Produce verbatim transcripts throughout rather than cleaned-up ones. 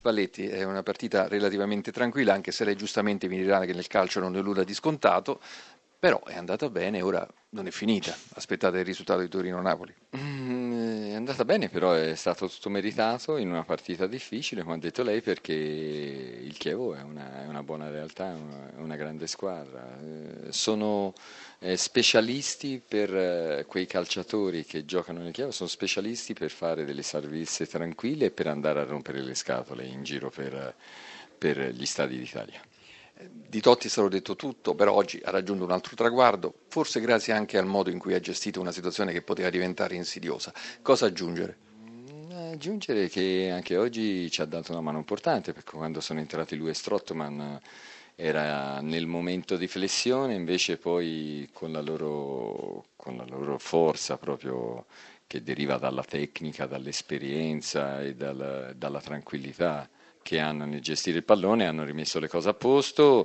Valletti, è una partita relativamente tranquilla, anche se lei giustamente mi dirà che nel calcio non è nulla di scontato, però è andata bene, ora non è finita. Aspettate il risultato di Torino-Napoli. Mm, È andata bene, però è stato tutto meritato in una partita difficile, come ha detto lei, perché il Chievo è una, è una buona realtà, è una, è una grande squadra. Eh, Sono eh, specialisti per eh, quei calciatori che giocano nel Chievo, sono specialisti per fare delle salvezze tranquille e per andare a rompere le scatole in giro per, per gli stadi d'Italia. Di Totti è stato detto tutto, però oggi ha raggiunto un altro traguardo, forse grazie anche al modo in cui ha gestito una situazione che poteva diventare insidiosa. Cosa aggiungere? Mm, Aggiungere che anche oggi ci ha dato una mano importante, perché quando sono entrati lui e Strootman era nel momento di flessione, invece poi con la loro, con la loro forza proprio che deriva dalla tecnica, dall'esperienza e dal- dalla tranquillità che hanno nel gestire il pallone, hanno rimesso le cose a posto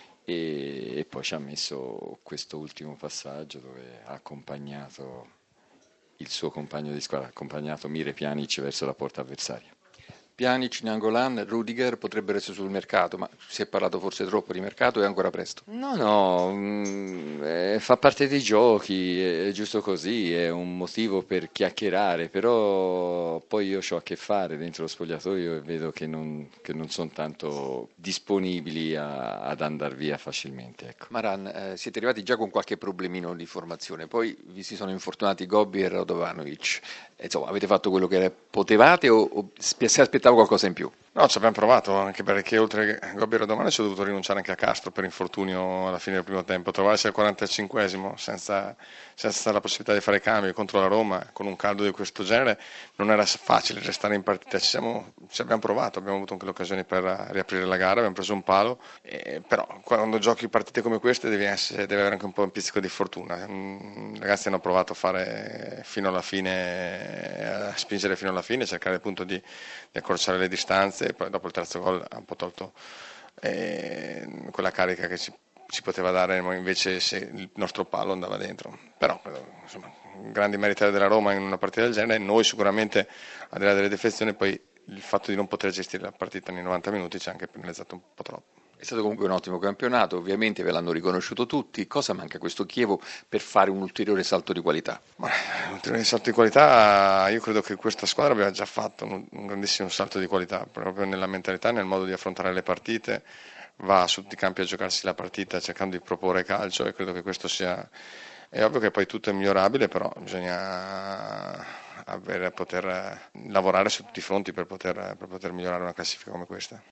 e, e poi ci ha messo questo ultimo passaggio dove ha accompagnato il suo compagno di squadra, ha accompagnato Mire Pjanic verso la porta avversaria. Pjanic, Nainggolan, Rudiger potrebbero essere sul mercato, ma si è parlato forse troppo di mercato, è ancora presto. No, no, mm, eh, fa parte dei giochi, è, è giusto così, è un motivo per chiacchierare, però poi io ho a che fare dentro lo spogliatoio e vedo che non, che non sono tanto disponibili a- ad andare via facilmente, ecco. Maran, eh, siete arrivati già con qualche problemino di formazione, poi vi si sono infortunati Gobbi e Radovanovic. Eh, Insomma, avete fatto quello che potevate o, o spe- si aspettava qualcosa in più? No, ci abbiamo provato, anche perché oltre a Gobbi e Rodomano ci ho dovuto rinunciare anche a Castro per infortunio alla fine del primo tempo. Trovarsi al quarantacinquesimo senza, senza la possibilità di fare cambi contro la Roma con un caldo di questo genere non era facile restare in partita. Ci, siamo, ci abbiamo provato, abbiamo avuto anche le occasioni per riaprire la gara, abbiamo preso un palo, eh, però quando giochi partite come queste devi, essere, devi avere anche un po' un pizzico di fortuna. Mm, I ragazzi hanno provato a fare fino alla fine, a spingere fino alla fine, cercare appunto di, di accorciare le distanze e poi dopo il terzo gol ha un po' tolto eh, quella carica che ci, ci poteva dare invece se il nostro palo andava dentro. Però insomma, grandi meriti della Roma in una partita del genere, noi sicuramente al di là delle defezioni poi il fatto di non poter gestire la partita nei novanta minuti ci ha anche penalizzato un po' troppo. È stato comunque un ottimo campionato, ovviamente ve l'hanno riconosciuto tutti. Cosa manca a questo Chievo per fare un ulteriore salto di qualità? Ma un ulteriore salto di qualità, io credo che questa squadra abbia già fatto un, un grandissimo salto di qualità, proprio nella mentalità, nel modo di affrontare le partite, va su tutti i campi a giocarsi la partita cercando di proporre calcio e credo che questo sia, è ovvio che poi tutto è migliorabile, però bisogna avere, poter lavorare su tutti i fronti per poter, per poter migliorare una classifica come questa.